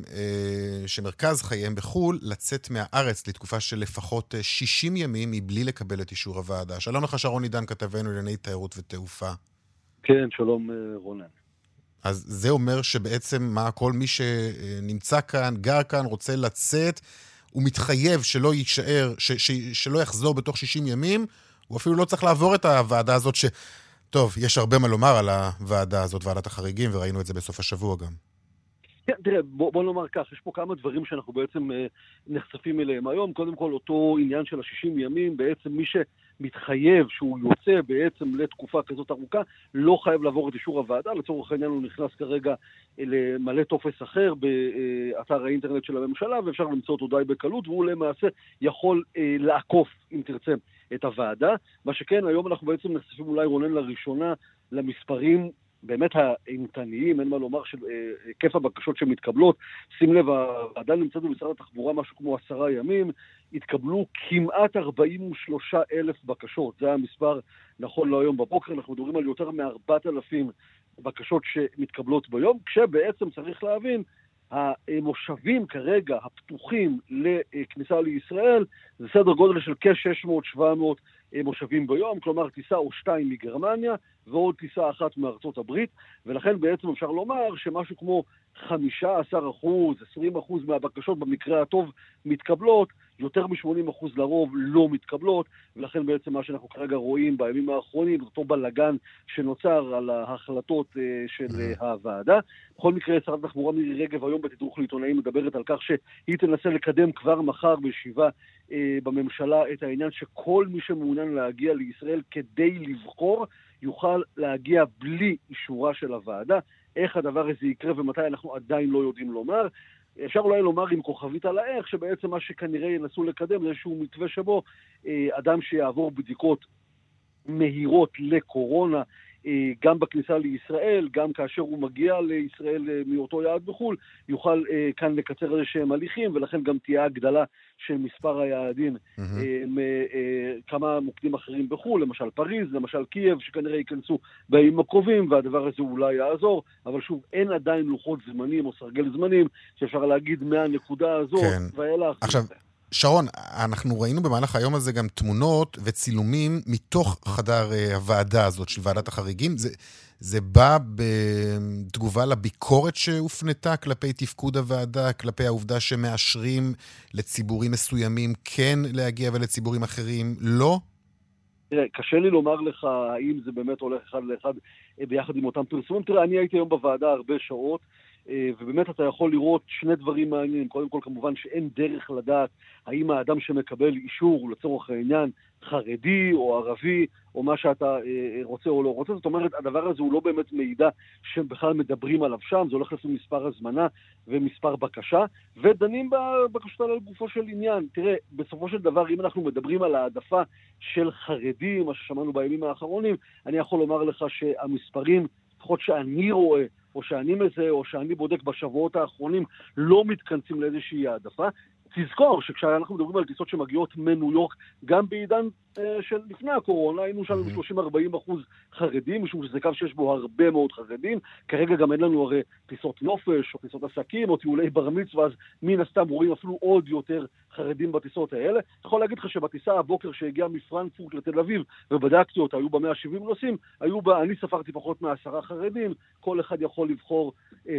שמרכז חייהם בחול לצאת מהארץ לתקופה של לפחות 60 ימים מבלי לקבל את אישור הוועדה. שלום לך שרון עידן, כתבנו לענייני תיירות ותעופה. כן, שלום רונן. אז זה אומר שבעצם כל מי שנמצא כאן, גר כאן, רוצה לצאת, הוא מתחייב שלא יישאר, שלא יחזור בתוך 60 ימים, הוא אפילו לא צריך לעבור את הוועדה הזאת טוב, יש הרבה מה לומר על הוועדה הזאת, ועדת החריגים, וראינו את זה בסוף השבוע גם. כן, תראה, בוא נאמר כך, יש פה כמה דברים שאנחנו בעצם נחשפים אליהם היום. קודם כל, אותו עניין של ה-60 ימים, בעצם מי שמתחייב שהוא יוצא בעצם לתקופה כזאת ארוכה, לא חייב לעבור את אישור הוועדה. לצורך העניין הוא נכנס כרגע למלא טופס אחר באתר האינטרנט של הממשלה, ואפשר למצוא אותו די בקלות, והוא למעשה יכול לעקוף, אם תרצה, את הוועדה. מה שכן, היום אנחנו בעצם נחשפים אולי רונן לראשונה למספרים באמת האימתניים, אין מה לומר, של היקף הבקשות שמתקבלות. שים לב, הוועדה נמצאת במשרד התחבורה משהו כמו 10 ימים, התקבלו כמעט 43,000 בקשות. זה המספר נכון להיום בבוקר, אנחנו מדברים על יותר מ-4,000 בקשות שמתקבלות ביום, כשבעצם צריך להבין, המושבים כרגע הפתוחים לכניסה לישראל זה סדר גודל של כ-600-700 מושבים ביום, כלומר טיסה או 2 מגרמניה ועוד טיסה אחת מארצות הברית, ולכן בעצם אפשר לומר שמשהו כמו 15%, 20% מהבקשות במקרה הטוב מתקבלות, יותר מ-80% לרוב לא מתקבלות, ולכן בעצם מה שאנחנו כרגע רואים בימים האחרונים, אותו בלגן שנוצר על ההחלטות של הוועדה. בכל מקרה, שרת התחבורה מירי רגב היום בתדרוך לעיתונאים מדברת על כך שהיא תנסה לקדם כבר מחר בישיבה בממשלה את העניין שכל מי שמעוניין להגיע לישראל כדי לבחור יוכל להגיע בלי אישורה של הוועדה. איך הדבר הזה יקרה ומתי אנחנו עדיין לא יודעים לומר. אפשר אולי לומר עם כוכבית על האיך, שבעצם מה שכנראה ינסו לקדם זה איזשהו מתווה שבו אדם שיעבור בדיקות מהירות לקורונה, גם בכניסה לישראל, גם כאשר הוא מגיע לישראל מאותו יעד בחול, יוכל כאן לקצר איזשהם הליכים, ולכן גם תהיה הגדלה של מספר היעדים כמה מוקדים אחרים בחול, למשל פריז, למשל קייב, שכנראה ייכנסו בימים הקרובים, והדבר הזה אולי יעזור, אבל שוב, אין עדיין לוחות זמנים או סרגל זמנים, שאפשר להגיד מהנקודה הזאת, ואילך. עכשיו, שרון, אנחנו ראינו במהלך היום הזה גם תמונות וצילומים מתוך חדר הוועדה הזאת של ועדת החריגים. זה בא בתגובה לביקורת שהופנתה כלפי תפקוד הוועדה, כלפי העובדה שמאשרים לציבורים מסוימים כן להגיע ולציבורים אחרים לא? תראה, קשה לי לומר לך האם זה באמת הולך אחד לאחד ביחד עם אותם פרסומים. תראה, אני הייתי היום בוועדה הרבה שעות, ובאמת אתה יכול לראות שני דברים מעניינים. קודם כל, כמובן שאין דרך לדעת האם האדם שמקבל אישור לצורך העניין חרדי או ערבי או מה שאתה רוצה או לא רוצה. זאת אומרת, הדבר הזה הוא לא באמת מידע שבכלל מדברים עליו שם, זה הולך לפי מספר הזמנה ומספר בקשה, ודנים בבקשות על גופו של עניין. תראה, בסופו של דבר, אם אנחנו מדברים על העדפה של חרדים, מה ששמענו בימים האחרונים, אני יכול לומר לך שהמספרים, לפחות שאני רואה, או שאני מזהה, או שאני בודק בשבועות האחרונים, לא מתכנסים לאיזושהי העדפה. תזכור שכשאנחנו מדברים על טיסות שמגיעות מניו יורק, גם בעידן של לפני הקורונה, היינו שם ב-30-40% חרדים, משום שזה קו שיש בו הרבה מאוד חרדים. כרגע גם אין לנו הרי טיסות נופש, או טיסות עסקים, או טיולי בר מצווה, אז מן הסתם רואים אפילו עוד יותר חרדים בטיסות האלה. יכול להגיד לך שבטיסה הבוקר שהגיעה מפרנקפורט לתל אביב, ובדקתי אותה, היו בה 170 נוסעים, אני ספרתי פחות מ10 חרדים, כל אחד יכול לבחור,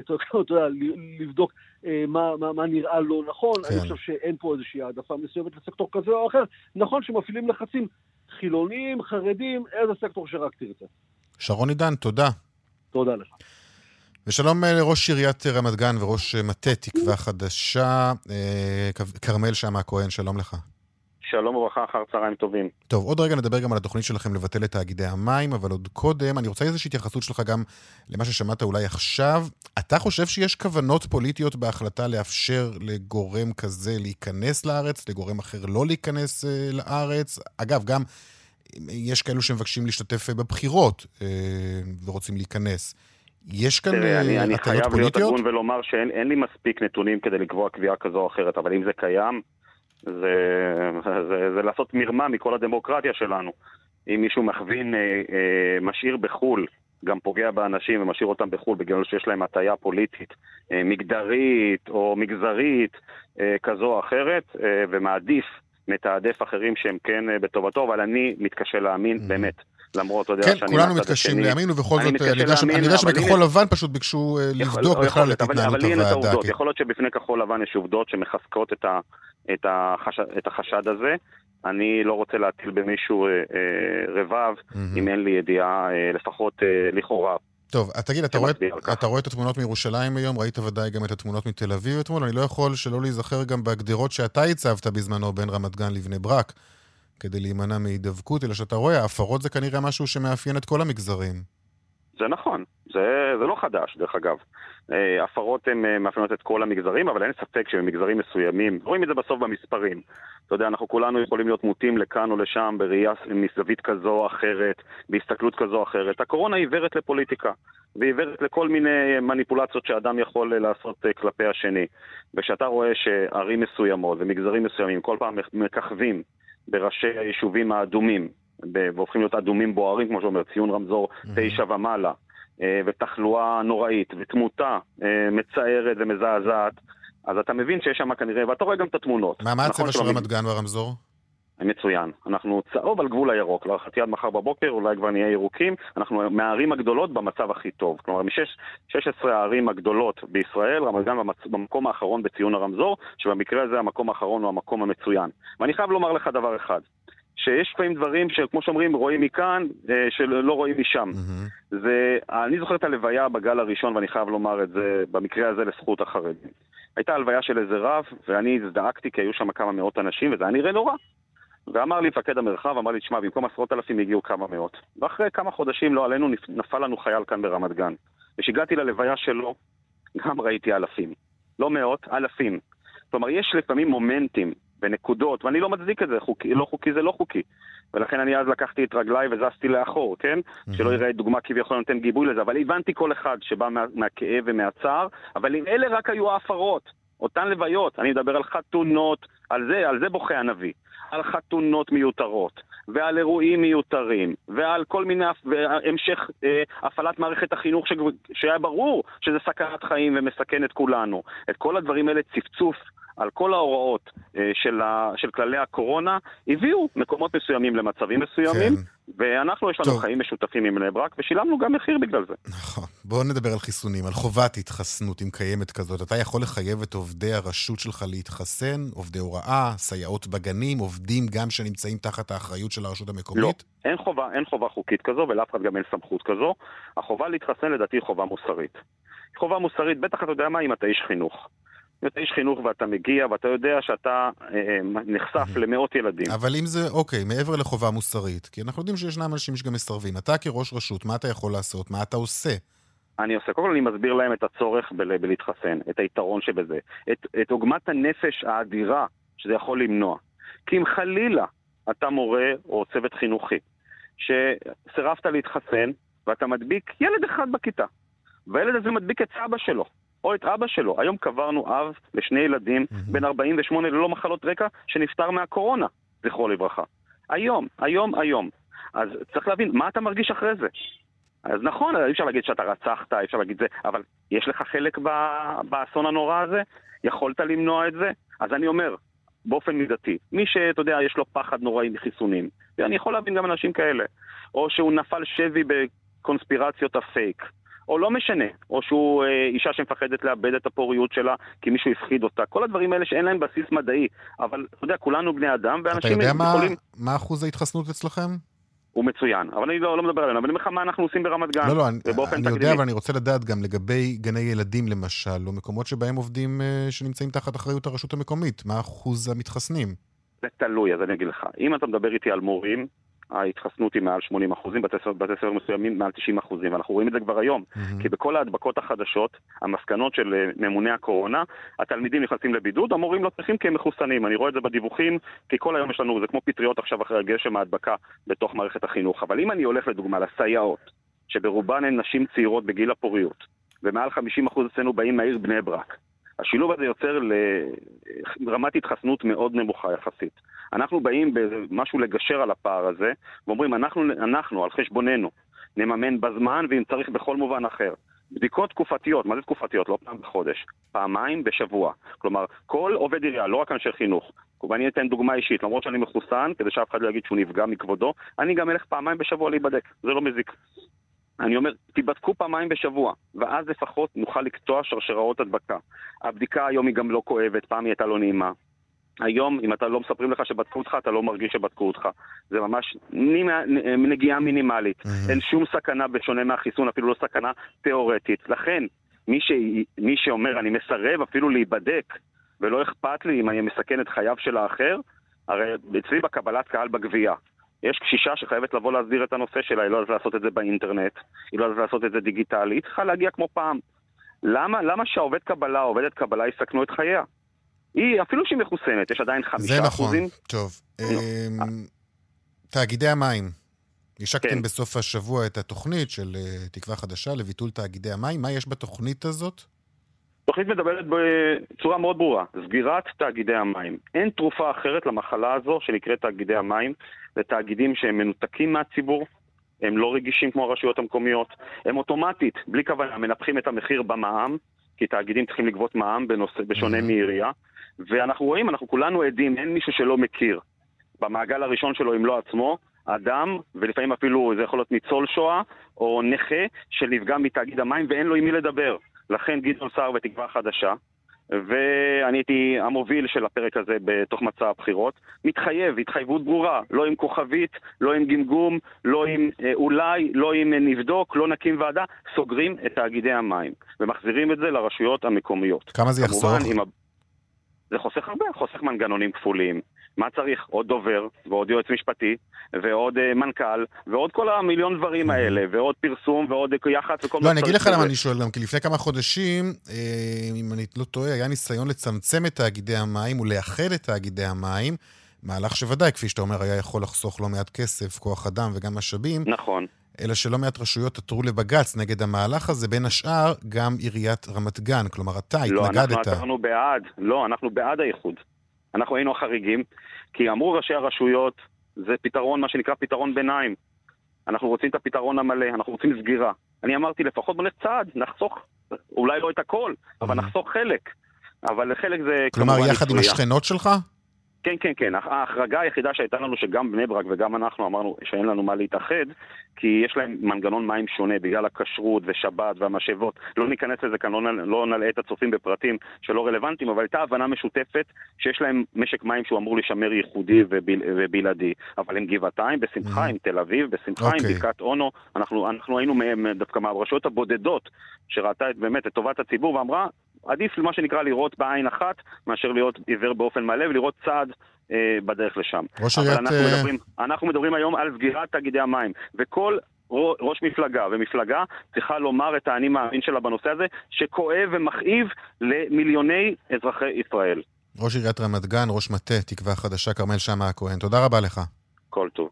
לבדוק מה נראה לא נכון. אני חושב שאין פה איזושהי העדפה מסוימת לסקטור כזה או אחר. נכון שמפעילים לחצים חילוניים, חרדים, איזה סקטור שרק תרצה. שרון עידן, תודה. תודה לך. ושלום לראש עיריית רמת גן וראש מטה תקווה חדשה, כרמל שמה כהן, שלום לך. שלום וברכה, אחר צהריים טובים. טוב, עוד רגע נדבר גם על התוכנית שלכם לבטל את תאגידי המים, אבל עוד קודם, אני רוצה איזושהי התייחסות שלך גם למה ששמעת אולי עכשיו. אתה חושב שיש כוונות פוליטיות בהחלטה לאפשר לגורם כזה להיכנס לארץ, לגורם אחר לא להיכנס לארץ? אגב, גם יש כאלו שמבקשים להשתתף בבחירות ורוצים להיכנס. יש כאן הטיות פוליטיות? אני חייב להיות הגון ולומר שאין לי מספיק נתונים כדי לקבוע קביעה כזו או אחרת, אבל אם זה קיים, זה לעשות מרמה מכל הדמוקרטיה שלנו. אם מישהו מכווין, משאיר בחול גם פוגע באנשים ומשאיר אותם בחול בגלל שיש להם הטיה פוליטית, מגדרית או מגזרית כזו או אחרת, ומעדיף, מתעדף אחרים שהם כן בטובתו, אבל אני מתקשה להאמין, באמת. למרות, אתה יודע, כן, כולנו מתקשים להאמין, ובכל זאת, אני יודע שבכחול לבן פשוט ביקשו לבדוק בכלל את התנהלות הוועדה. יכול להיות שבפני כחול לבן יש עובדות שמחזקות את החשד הזה. אני לא רוצה להטיל במישהו רבב, אם אין לי ידיעה, לפחות לכאורה. טוב, תגיד, אתה רואה את התמונות מירושלים היום? ראית ודאי גם את התמונות מתל אביב אתמול? אני לא יכול שלא להיזכר גם בהגדרות שאתה הצבת בזמנו בין רמת גן לבני ברק, כדי להימנע מהידבקות, אלא שאתה רואה, ההפרות זה כנראה משהו שמאפיין את כל המגזרים. זה נכון, זה לא חדש, דרך אגב. הפרות הן מאפיינות את כל המגזרים, אבל אין ספק שבמגזרים מסוימים, רואים את זה בסוף במספרים. אתה יודע, אנחנו כולנו יכולים להיות מוטים לכאן או לשם, בראייה מסביבית כזו או אחרת, בהסתכלות כזו או אחרת. הקורונה היא עיוורת לפוליטיקה, והיא עיוורת לכל מיני מניפולציות שאדם יכול לעשות כלפי השני. ושאתה רואה שערים מסוימות ומגזרים מסוימים כל פעם מככבים בראשי היישובים האדומים, והופכים להיות אדומים בוערים, כמו שאומר, ציון רמזור 9 ומעלה, ותחלואה נוראית, ותמותה מצערת ומזעזעת, אז אתה מבין שיש שם כנראה, ואתה רואה גם את התמונות. מה הצבע של רמת גן והרמזור? מצוין. אנחנו צהוב על גבול הירוק, להערכתי עד מחר בבוקר, אולי כבר נהיה ירוקים, אנחנו מהערים הגדולות במצב הכי טוב. כלומר, מ-16 הערים הגדולות בישראל, רמת גן במקום האחרון בציון הרמזור, שבמקרה הזה המקום האחרון הוא המקום המצוין. ואני חייב לומר לך דבר אחד, שיש פעמים דברים שכמו שאומרים רואים מכאן, שלא רואים משם. אני זוכר את הלוויה בגל הראשון, ואני חייב לומר את זה במקרה הזה לזכות החרדים. הייתה הלוויה של איזה רב, ואני הזדעקתי כי היו שם כמה מאות אנשים, וזה היה נראה נורא. ואמר לי מפקד המרחב, אמר לי, תשמע, במקום 10,000 הגיעו כמה מאות. ואחרי כמה חודשים לא עלינו, נפל לנו חייל כאן ברמת גן. ושהגעתי ללוויה שלו, גם ראיתי אלפים. לא מאות, אלפים. כלומר, יש לפעמים מומנטים ונקודות, ואני לא מצדיק את זה, לא חוקי זה לא חוקי. ולכן אני אז לקחתי את רגליי וזזתי לאחור, כן? שלא יראה דוגמה כביכול נותן גיבוי לזה, אבל הבנתי כל אחד שבא מהכאב ומהצער, אבל אם אלה רק היו ההפרות, אותן לוויות, אני מדבר על חתונות, על זה בוכה הנביא, על חתונות מיותרות, ועל אירועים מיותרים, ועל כל מיני המשך הפעלת מערכת החינוך שהיה ברור שזה סכנת חיים ומסכן את כולנו. את כל הדברים האלה צפצוף על כל ההוראות של כללי הקורונה, הביאו מקומות מסוימים למצבים מסוימים, ואנחנו יש לנו חיים משותפים עם בני ברק, ושילמנו גם מחיר בגלל זה. נכון. בואו נדבר על חיסונים, על חובת התחסנות, אם קיימת כזאת. אתה יכול לחייב את עובדי הרשות שלך להתחסן, עובדי הוראה, סייעות בגנים, עובדים גם שנמצאים תחת האחריות של הרשות המקומית? לא, אין חובה חוקית כזו, ולאף אחד גם אין סמכות כזו. החובה להתחסן לדעתי היא חובה מוסרית. חובה מוסרית, בטח אתה יודע מה, אם אתה איש חינוך. אתה איש חינוך ואתה מגיע, ואתה יודע שאתה נחשף למאות ילדים. אבל אם זה, אוקיי, מעבר לחובה מוסרית, כי אנחנו יודעים שישנם אנשים שגם מסרבים. אתה כראש רשות, מה אתה יכול לעשות? מה אתה עושה? אני עושה. קודם כל אני מסביר להם את הצורך בלהתחסן, את היתרון שבזה, את עוגמת הנפש האדירה שזה יכול למנוע. כי אם חלילה אתה מורה או צוות חינוכי, שסירבת להתחסן, ואתה מדביק ילד אחד בכיתה, והילד הזה מדביק את סבא שלו, או את אבא שלו. היום קברנו אב לשני ילדים בין 48 ללא מחלות רקע שנפטר מהקורונה, זכרו לברכה. היום. אז צריך להבין, מה אתה מרגיש אחרי זה? אז נכון, אי אפשר להגיד שאתה רצחת, אי אפשר להגיד זה, אבל יש לך חלק באסון הנורא הזה? יכולת למנוע את זה? אז אני אומר, באופן מידתי, מי שאתה יודע, יש לו פחד נוראי מחיסונים, ואני יכול להבין גם אנשים כאלה, או שהוא נפל שבי בקונספירציות הפייק, או לא משנה, או שהוא אישה שמפחדת לאבד את הפוריות שלה, כי מישהו הפחיד אותה. כל הדברים האלה שאין להם בסיס מדעי, אבל אתה יודע, כולנו בני אדם, ואנשים אתה יודע מה אחוז ההתחסנות אצלכם? הוא מצוין, אבל אני לא מדבר עלינו, אבל אני אומר לך מה אנחנו עושים ברמת גן. לא, אני יודע, אבל אני רוצה לדעת גם לגבי גני ילדים למשל, או מקומות שבהם עובדים שנמצאים תחת אחריות הרשות המקומית, מה אחוז המתחסנים? זה תלוי, אז אני אגיד לך. אם אתה מדבר איתי על מורים, ההתחסנות היא מעל 80%, בתי ספר מסוימים מעל 90%, ואנחנו רואים את זה כבר היום, כי בכל ההדבקות החדשות, המסקנות של ממוני הקורונה, התלמידים נכנסים לבידוד, המורים לא צריכים כי הם מחוסנים. אני רואה את זה בדיווחים, כי כל היום יש לנו, זה כמו פטריות עכשיו אחרי הגשם ההדבקה בתוך מערכת החינוך. אבל אם אני הולך לדוגמה לסייעות, שברובן הן נשים צעירות בגיל הפוריות, ומעל 50% אצלנו באים מהעיר בני ברק, השילוב הזה יוצר לרמת התחסנות מאוד נמוכה יחסית. אנחנו באים במשהו לגשר על הפער הזה, ואומרים, אנחנו על חשבוננו, נממן בזמן, ואם צריך בכל מובן אחר. בדיקות תקופתיות, מה זה תקופתיות? לא פעם בחודש, פעמיים בשבוע. כלומר, כל עובד עירייה, לא רק אנשי חינוך, ואני אתן דוגמה אישית, למרות שאני מחוסן, כדי שאף אחד לא יגיד שהוא נפגע מכבודו, אני גם אלך פעמיים בשבוע להיבדק, זה לא מזיק. אני אומר, תיבדקו פעמיים בשבוע, ואז לפחות נוכל לקטוע שרשראות הדבקה. הבדיקה היום היא גם לא כואבת, פעם היא הייתה לא נעימה. היום, אם אתה לא מספרים לך שבדקו אותך, אתה לא מרגיש שבדקו אותך. זה ממש נגיעה מינימלית. אין שום סכנה בשונה מהחיסון, אפילו לא סכנה תיאורטית. לכן, מי שאומר, אני מסרב אפילו להיבדק, ולא אכפת לי אם אני מסכן את חייו של האחר, הרי אצלי בקבלת קהל בגבייה. יש קשישה שחייבת לבוא להסדיר את הנושא שלה, היא לא יודעת לעשות את זה באינטרנט, היא לא יודעת לעשות את זה דיגיטלי, היא צריכה להגיע כמו פעם. למה שהעובד קבלה, עובדת קבלה, יסכנו את חייה? היא, אפילו שהיא מחוסנת, יש עדיין 5%. זה נכון, טוב. תאגידי המים. השקתם בסוף השבוע את התוכנית של תקווה חדשה לביטול תאגידי המים. מה יש בתוכנית הזאת? התוכנית מדברת בצורה מאוד ברורה, סגירת תאגידי המים. אין תרופה אחרת למחלה הזו שנקראת תאגידי המים, לתאגידים שהם מנותקים מהציבור, הם לא רגישים כמו הרשויות המקומיות, הם אוטומטית, בלי כוונה, מנפחים את המחיר במע"מ, כי תאגידים צריכים לגבות מע"מ בשונה מעירייה, ואנחנו רואים, אנחנו כולנו עדים, אין מישהו שלא מכיר. במעגל הראשון שלו, אם לא עצמו, אדם, ולפעמים אפילו זה יכול להיות ניצול שואה, או נכה שנפגע מתאגיד המים, ואין לו עם מי לדבר. לכן גדעון סער ותקווה חדשה, ואני הייתי המוביל של הפרק הזה בתוך מצע הבחירות, מתחייב, התחייבות ברורה, לא עם כוכבית, לא עם גמגום, לא עם אולי, לא עם נבדוק, לא נקים ועדה, סוגרים את תאגידי המים, ומחזירים את זה לרשויות המקומיות. כמה זה יחסוך? זה חוסך הרבה, חוסך מנגנונים כפוליים. מה צריך? עוד דובר, ועוד יועץ משפטי, ועוד מנכ"ל, ועוד כל המיליון דברים האלה, ועוד פרסום, ועוד יח"צ וכל... לא, אני אגיד לך למה אני שואל גם, כי לפני כמה חודשים, אם אני לא טועה, היה ניסיון לצמצם את תאגידי המים ולאחד את תאגידי המים, מהלך שוודאי, כפי שאתה אומר, היה יכול לחסוך לא מעט כסף, כוח אדם וגם משאבים. נכון. אלא שלא מעט רשויות עתרו לבג"ץ נגד המהלך הזה, בין השאר גם עיריית רמת גן, כלומר אתה התנגדת. אנחנו בעד האיחוד. אנחנו היינו החריגים, כי אמרו ראשי הרשויות, זה פתרון, מה שנקרא פתרון ביניים. אנחנו רוצים את הפתרון המלא, אנחנו רוצים סגירה. אני אמרתי, לפחות בוא צעד, נחסוך, אולי לא את הכל, אבל נחסוך חלק. אבל חלק זה... כלומר, יחד עם השכנות שלך? כן, כן, כן. ההחרגה היחידה שהייתה לנו, שגם בני ברק וגם אנחנו אמרנו שאין לנו מה להתאחד, כי יש להם מנגנון מים שונה, בגלל הכשרות ושבת והמשאבות. לא ניכנס לזה כאן, לא נלאה את הצופים בפרטים שלא רלוונטיים, אבל הייתה הבנה משותפת שיש להם משק מים שהוא אמור לשמר ייחודי ובלעדי. אבל עם גבעתיים, בשמחה, עם תל אביב, בשמחה, עם בקעת אונו. אנחנו היינו דווקא מהרשויות הבודדות, שראתה באמת את טובת הציבור ואמרה, עדיף מה שנקרא לראות בעין אחת, מאשר להיות עיוור באופן מלא ולראות צעד בדרך לשם. אנחנו מדברים היום על סגירת תאגידי המים, וכל ראש מפלגה ומפלגה צריכה לומר את האני מאמין שלה בנושא הזה, שכואב ומכאיב למיליוני אזרחי ישראל. ראש עיריית רמת גן, ראש מטה תקווה חדשה, כרמל שאמה הכהן. תודה רבה לך. כל טוב.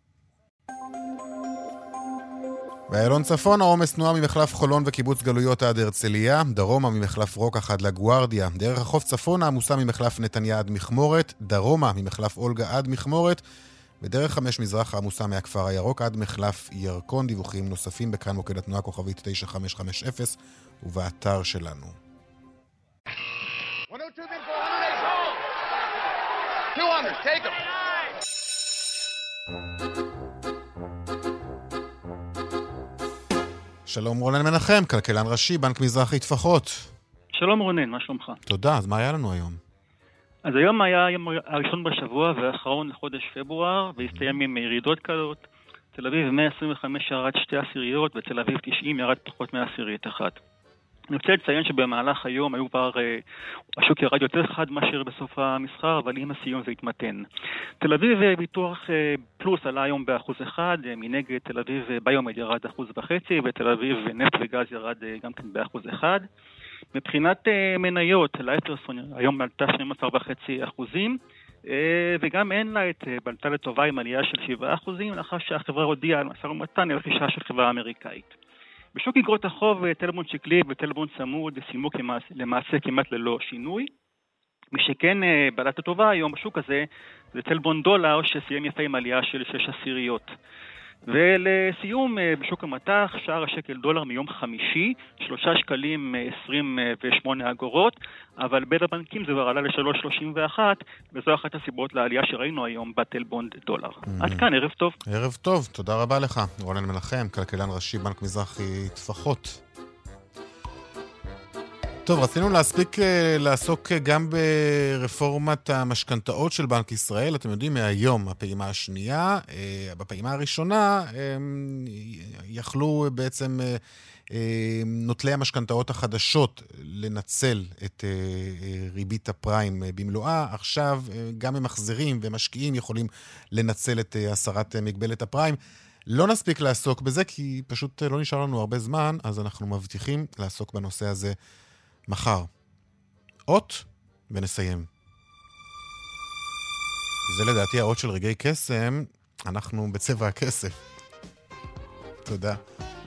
באיילון צפון העומס תנועה ממחלף חולון וקיבוץ גלויות עד הרצליה, דרומה ממחלף רוקח עד לגוארדיה, דרך החוף צפונה עמוסה ממחלף נתניה עד מכמורת, דרומה ממחלף אולגה עד מכמורת, ודרך 5 מזרח עמוסה מהכפר הירוק עד מחלף ירקון. דיווחים נוספים בכאן מוקד התנועה כוכבית 9550 ובאתר שלנו. 200, take them. שלום רונן מנחם, כלכלן ראשי, בנק מזרחי טפחות. שלום רונן, מה שלומך? תודה, אז מה היה לנו היום? אז היום היה היום הראשון בשבוע והאחרון לחודש פברואר, והסתיים עם ירידות כאלות. תל אביב 125 ירד 2 עשיריות, ותל אביב 90 ירד פחות מעשירית אחת. אני רוצה לציין שבמהלך היום היו כבר, השוק ירד יותר חד מאשר בסוף המסחר, אבל עם הסיום זה התמתן. תל אביב ביטוח פלוס עלה היום ב1%, מנגד תל אביב ביומד ירד 1.5%, ותל אביב נפט וגז ירד גם כן ב1%. מבחינת מניות, לאפרסון היום עלתה 12.5%, וגם אין לה את בלטה לטובה עם עלייה של 7%, לאחר שהחברה הודיעה על משא ומתן לרכישה של חברה אמריקאית. בשוק אגרות החוב, טלבון שקלי וטלבון צמוד סיימו למעשה כמעט ללא שינוי. מי שכן בעלת הטובה היום בשוק הזה זה טלבון דולר שסיים יפה עם עלייה של 6 עשיריות. ולסיום, בשוק המטח, שער השקל דולר מיום חמישי, 3 שקלים 28 אגורות, אבל בין הבנקים זה כבר עלה ל-3.31, וזו אחת הסיבות לעלייה שראינו היום בטלבונד דולר. עד כאן, ערב טוב. ערב טוב, תודה רבה לך. רונן מנחם, כלכלן ראשי בנק מזרחי טפחות. טוב, רצינו לעסוק גם ברפורמת המשכנתאות של בנק ישראל. אתם יודעים, מהיום, הפעימה השנייה, בפעימה הראשונה, יכלו בעצם נוטלי המשכנתאות החדשות לנצל את ריבית הפריים במלואה. עכשיו, גם ממחזרים ומשקיעים יכולים לנצל את הסרת מגבלת הפריים. לא נספיק לעסוק בזה, כי פשוט לא נשאר לנו הרבה זמן, אז אנחנו מבטיחים לעסוק בנושא הזה מחר. אות ונסיים. זה לדעתי האות של רגעי קסם, אנחנו בצבע הכסף. תודה.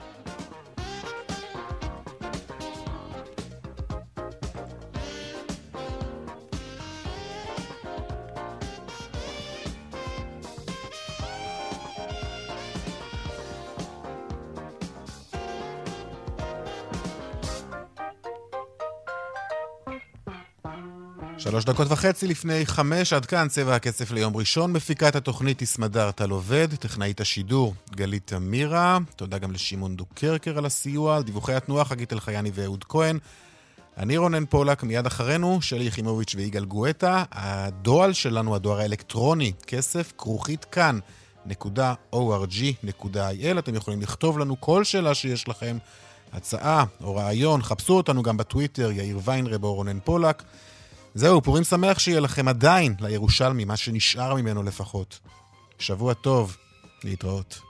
שלוש דקות וחצי לפני 5, עד כאן צבע הכסף ליום ראשון. מפיקת התוכנית יסמדר טל עובד, טכנאית השידור גלית אמירה. תודה גם לשמעון דוקרקר על הסיוע, על דיווחי התנועה חגית אלחייני ואהוד כהן. אני רונן פולק, מיד אחרינו שלי יחימוביץ' ויגאל גואטה. הדואל שלנו, הדואר האלקטרוני, כסף כרוכית כאן.org.il. אתם יכולים לכתוב לנו כל שאלה שיש לכם, הצעה או רעיון. חפשו אותנו גם בטוויטר, יאיר ויינרב או רונן פולק. זהו, פורים שמח שיהיה לכם עדיין לירושלמי, מה שנשאר ממנו לפחות. שבוע טוב, להתראות.